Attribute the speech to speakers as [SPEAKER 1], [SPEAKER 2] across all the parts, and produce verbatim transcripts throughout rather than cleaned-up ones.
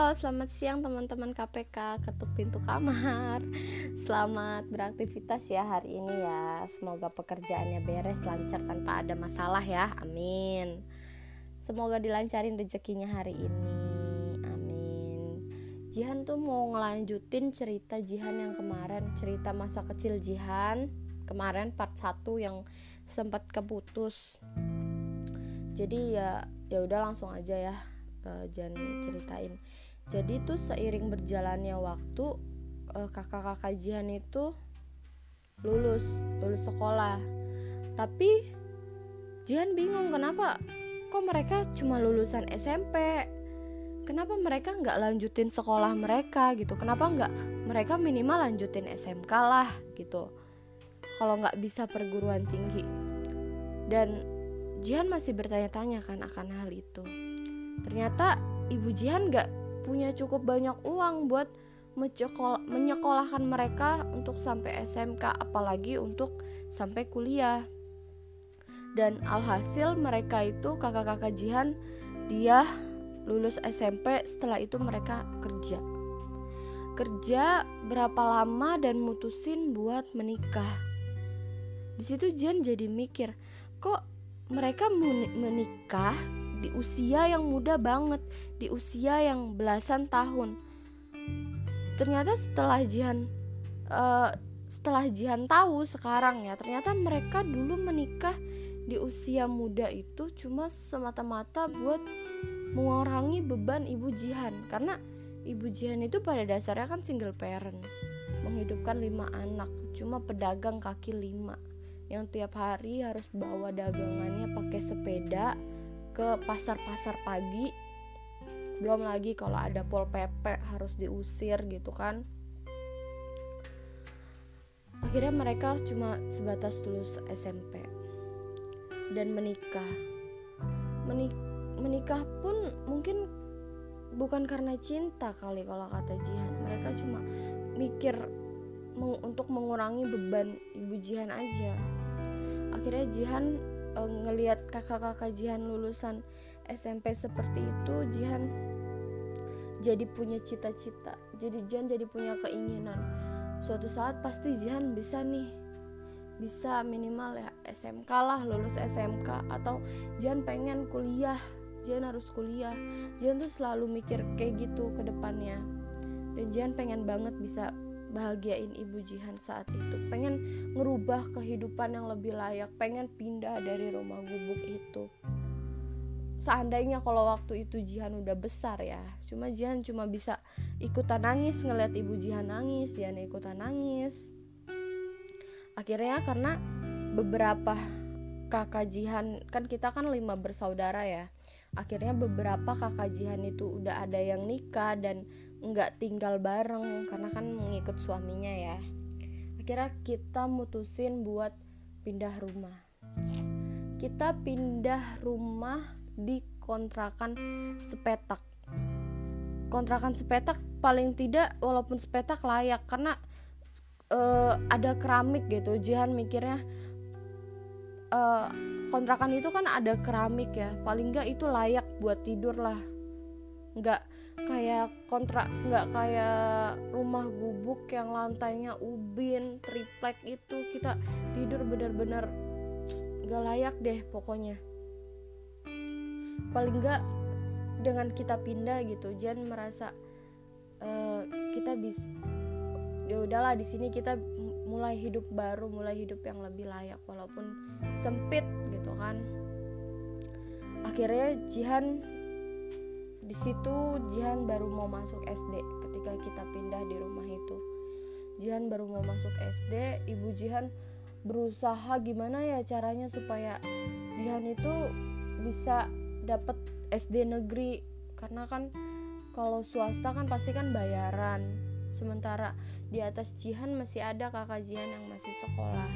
[SPEAKER 1] Halo, selamat siang teman-teman K P K, ketuk pintu kamar. Selamat beraktivitas ya hari ini ya. Semoga pekerjaannya beres, lancar tanpa ada masalah ya. Amin. Semoga dilancarin rezekinya hari ini. Amin. Jihan tuh mau ngelanjutin cerita Jihan yang kemarin, cerita masa kecil Jihan kemarin part satu yang sempat keputus. Jadi ya ya udah langsung aja ya. Uh, jangan ceritain. Jadi tuh seiring berjalannya waktu uh, kakak-kakak Jihan itu lulus lulus sekolah. Tapi Jihan bingung kenapa kok mereka cuma lulusan S M P. Kenapa mereka nggak lanjutin sekolah mereka gitu? Kenapa nggak mereka minimal lanjutin S M K lah gitu? Kalau nggak bisa perguruan tinggi. Dan Jihan masih bertanya-tanya kan akan hal itu. Ternyata ibu Jihan gak punya cukup banyak uang buat menyekolahkan mereka untuk sampai S M K, apalagi untuk sampai kuliah. Dan alhasil mereka itu kakak-kakak Jihan, dia lulus S M P, setelah itu mereka kerja. Kerja berapa lama dan mutusin buat menikah. Di situ Jihan jadi mikir, kok mereka menikah di usia yang muda banget, di usia yang belasan tahun. Ternyata setelah Jihan uh, setelah Jihan tahu sekarang ya, ternyata mereka dulu menikah di usia muda itu cuma semata-mata buat mengurangi beban ibu Jihan. Karena ibu Jihan itu pada dasarnya kan single parent, menghidupkan lima anak, cuma pedagang kaki lima yang tiap hari harus bawa dagangannya pakai sepeda ke pasar-pasar pagi. Belum lagi kalau ada Pol P P harus diusir gitu kan. Akhirnya mereka cuma sebatas lulus S M P dan menikah. Menik- menikah pun mungkin bukan karena cinta kali kalau kata Jihan. Mereka cuma mikir meng- untuk mengurangi beban ibu Jihan aja. Akhirnya Jihan e, ngelihat kakak-kakak Jihan lulusan S M P seperti itu, Jihan jadi punya cita-cita. Jadi Jihan jadi punya keinginan. Suatu saat pasti Jihan bisa nih, bisa minimal ya S M K lah, lulus S M K, atau Jihan pengen kuliah, Jihan harus kuliah. Jihan tuh selalu mikir kayak gitu ke depannya. Dan Jihan pengen banget bisa bahagiain ibu Jihan saat itu, pengen ngerubah kehidupan yang lebih layak, pengen pindah dari rumah gubuk itu. Seandainya kalau waktu itu Jihan udah besar ya, cuma Jihan cuma bisa ikutan nangis ngeliat ibu Jihan nangis, Jihan ikutan nangis. Akhirnya karena beberapa kakak Jihan, kan kita kan lima bersaudara ya, akhirnya beberapa kakak Jihan itu udah ada yang nikah dan nggak tinggal bareng karena kan mengikut suaminya ya. Akhirnya kita mutusin buat pindah rumah. Kita pindah rumah di kontrakan sepetak. Kontrakan sepetak paling tidak walaupun sepetak layak karena uh, ada keramik gitu. Jihan mikirnya uh, kontrakan itu kan ada keramik ya, paling nggak itu layak buat tidur lah. Nggak kayak kontrak, nggak kayak rumah gubuk yang lantainya ubin, triplek itu kita tidur benar-benar nggak layak deh pokoknya. Paling nggak dengan kita pindah gitu, Jan merasa uh, kita bisa, ya udahlah di sini kita mulai hidup baru, mulai hidup yang lebih layak walaupun sempit gitu kan. Akhirnya Jihan di situ Jihan baru mau masuk S D ketika kita pindah di rumah itu. Jihan baru mau masuk S D, ibu Jihan berusaha gimana ya caranya supaya Jihan itu bisa dapat S D negeri, karena kan kalau swasta kan pasti kan bayaran. Sementara di atas Jihan masih ada kakak Jihan yang masih sekolah.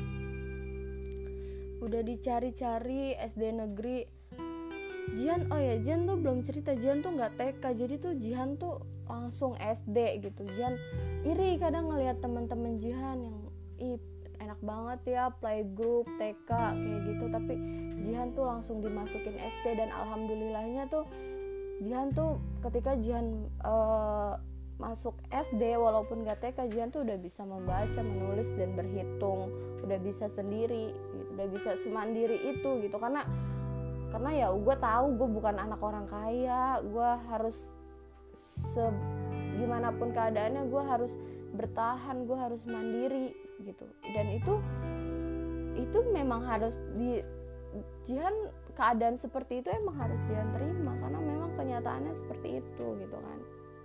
[SPEAKER 1] Udah dicari-cari S D negeri. Jihan, oh ya Jihan tuh belum cerita, Jihan tuh nggak T K, jadi tuh Jihan tuh langsung S D gitu. Jihan iri kadang ngelihat teman-teman Jihan yang ih enak banget ya playgroup T K kayak gitu, tapi Jihan tuh langsung dimasukin S D dan alhamdulillahnya tuh Jihan tuh ketika Jihan uh, masuk S D walaupun gak T K, Jihan tuh udah bisa membaca, menulis dan berhitung, udah bisa sendiri, udah bisa semandiri itu gitu. Karena karena ya gue tahu gue bukan anak orang kaya, gue harus se gimana pun keadaannya gue harus bertahan, gue harus mandiri gitu. Dan itu itu memang harus di Jihan, keadaan seperti itu emang harus Jihan terima karena memang kenyataannya seperti itu gitu kan.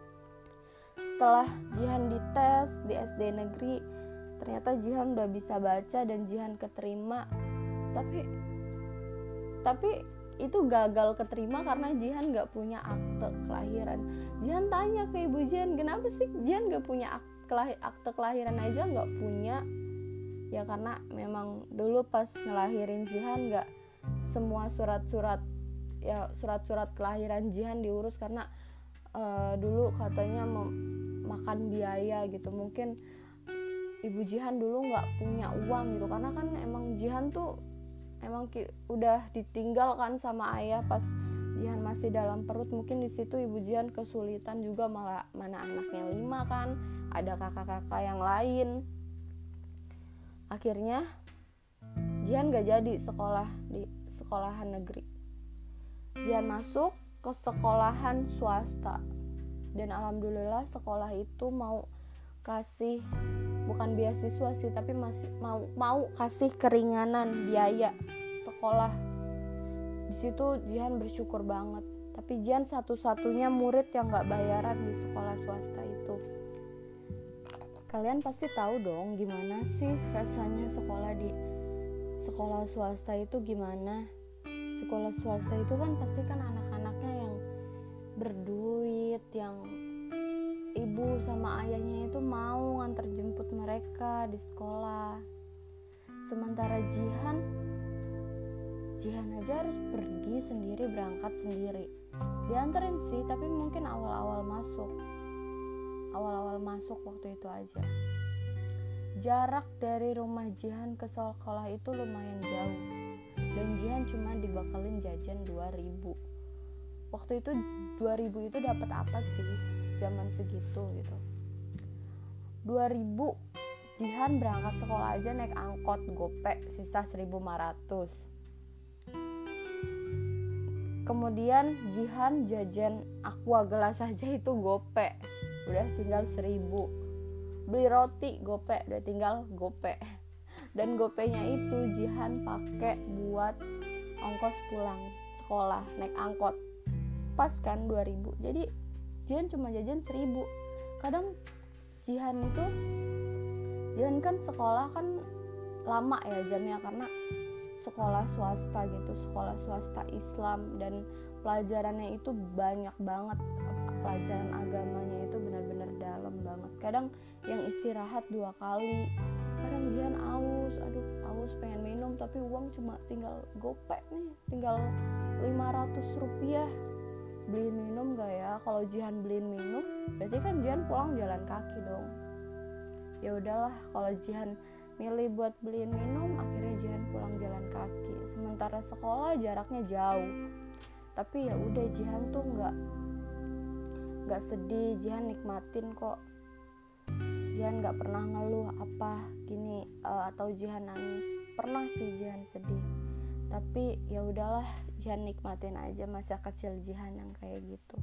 [SPEAKER 1] Setelah Jihan dites di S D negeri, ternyata Jihan udah bisa baca dan Jihan keterima. Tapi tapi itu gagal keterima karena Jihan gak punya akte kelahiran. Jihan tanya ke ibu Jihan, kenapa sih Jihan gak punya akte, akte kelahiran aja gak punya? Ya karena memang dulu pas ngelahirin Jihan gak semua surat-surat ya surat-surat kelahiran Jihan diurus karena uh, dulu katanya mem- makan biaya gitu. Mungkin ibu Jihan dulu nggak punya uang gitu karena kan emang Jihan tuh emang ki- udah ditinggalkan sama ayah pas Jihan masih dalam perut. Mungkin di situ ibu Jihan kesulitan juga, malah mana anaknya lima kan, ada kakak-kakak yang lain. Akhirnya Jihan gak jadi sekolah di sekolahan negeri. Jihan masuk ke sekolahan swasta. Dan alhamdulillah sekolah itu mau kasih, bukan beasiswa sih, tapi masih mau mau kasih keringanan biaya sekolah. Di situ Jihan bersyukur banget. Tapi Jihan satu-satunya murid yang gak bayaran di sekolah swasta itu. Kalian pasti tahu dong gimana sih rasanya sekolah di sekolah swasta itu gimana. Sekolah swasta itu kan pasti kan anak-anaknya yang berduit, yang ibu sama ayahnya itu mau nganter jemput mereka di sekolah. Sementara Jihan Jihan aja harus pergi sendiri, berangkat sendiri. Dianterin sih, tapi mungkin awal-awal masuk awal-awal masuk waktu itu aja. Jarak dari rumah Jihan ke sekolah itu lumayan jauh. Dan Jihan cuma dibakalin jajan dua ribu. Waktu itu dua ribu itu dapat apa sih zaman segitu gitu. dua ribu Jihan berangkat sekolah aja naik angkot gope sisa seribu lima ratus. Kemudian Jihan jajan aqua gelas aja itu gope, udah tinggal seribu. Beli roti gope, udah tinggal gope. Dan gopenya itu Jihan pakai buat ongkos pulang sekolah naik angkot. Pas kan dua ribu. Jadi Jihan cuma jajan seribu. Kadang Jihan itu Jihan kan sekolah kan lama ya jamnya karena sekolah swasta gitu, sekolah swasta Islam, dan pelajarannya itu banyak banget. Pelajaran agamanya itu benar-benar dalam banget. Kadang yang istirahat dua kali. Kadang Jihan aus, aduh aus pengen minum tapi uang cuma tinggal gopek nih, tinggal lima ratus rupiah. Beliin minum gak ya? Kalau Jihan beliin minum, berarti kan Jihan pulang jalan kaki dong. Ya udahlah, kalau Jihan milih buat beliin minum, akhirnya Jihan pulang jalan kaki. Sementara sekolah jaraknya jauh. Tapi ya udah, Jihan tuh nggak nggak sedih, Jihan nikmatin kok. Jihan nggak pernah ngeluh apa gini uh, atau Jihan nangis. Pernah sih Jihan sedih, tapi ya udahlah, Jihan nikmatin aja masa kecil Jihan yang kayak gitu.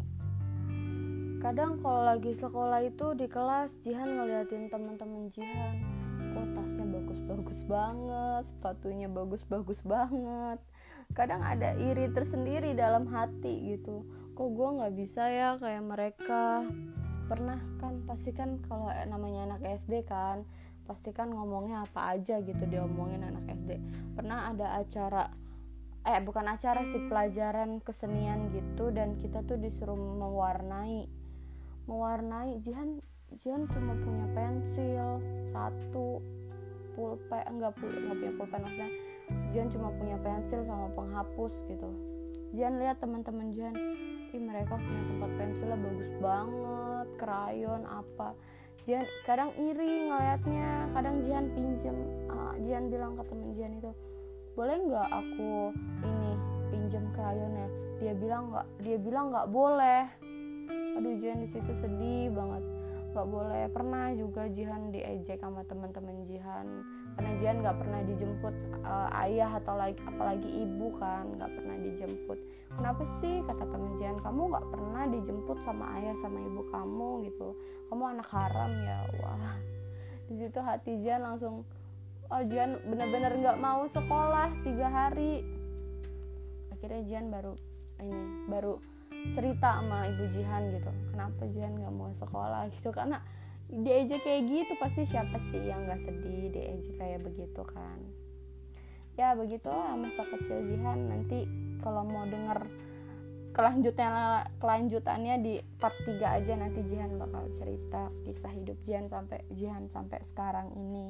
[SPEAKER 1] Kadang kalau lagi sekolah itu di kelas, Jihan ngeliatin teman-teman Jihan, kok tasnya bagus-bagus banget, sepatunya bagus-bagus banget. Kadang ada iri tersendiri dalam hati gitu, kok gue nggak bisa ya kayak mereka. Pernah kan, pasti kan kalau namanya anak S D kan, pasti kan ngomongnya apa aja gitu diomongin anak S D. Pernah ada acara, eh bukan acara sih, pelajaran kesenian gitu, dan kita tuh disuruh mewarnai, mewarnai. Jihan, Jihan cuma punya pensil satu, pulpen, enggak punya, enggak punya pulpen maksudnya. Jihan cuma punya pensil sama penghapus gitu. Jihan lihat teman-teman Jihan, ih mereka punya tempat pensilnya bagus banget, krayon apa. Jihan kadang iri ngeliatnya, kadang Jihan pinjem, uh, Jihan bilang ke temen Jihan itu, boleh nggak aku ini
[SPEAKER 2] minjem krayonnya. Dia bilang nggak, dia bilang nggak boleh. Aduh, Jihan di situ sedih banget. Nggak boleh. Pernah juga Jihan diejek sama teman-teman Jihan karena Jihan nggak pernah dijemput uh, ayah atau lagi apalagi ibu kan, nggak pernah dijemput. Kenapa sih, kata teman Jihan, kamu nggak pernah dijemput sama ayah sama ibu kamu gitu? Kamu anak haram ya. Wah, di situ hati Jihan langsung, oh Jihan benar-benar nggak mau sekolah tiga hari. Akhirnya Jihan baru ini baru cerita sama ibu Jihan gitu, kenapa Jihan nggak mau sekolah gitu, karena diejek kayak gitu. Pasti siapa sih yang nggak sedih diejek kayak begitu kan. Ya begitulah masa kecil Jihan. Nanti kalau mau denger kelanjutannya kelanjutannya di part tiga aja, nanti Jihan bakal cerita kisah hidup Jihan sampai Jihan sampai sekarang ini.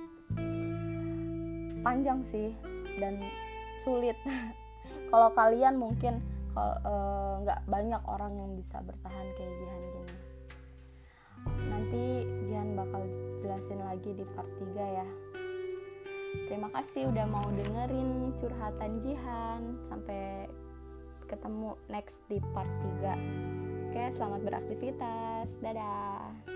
[SPEAKER 2] Panjang sih dan sulit. Kalau kalian mungkin kalau nggak uh, banyak orang yang bisa bertahan kayak Jihan gini. Nanti Jihan bakal jelasin lagi di part tiga ya. Terima kasih udah mau dengerin curhatan Jihan. Sampai ketemu next di part tiga. Oke, selamat beraktivitas. Dadah.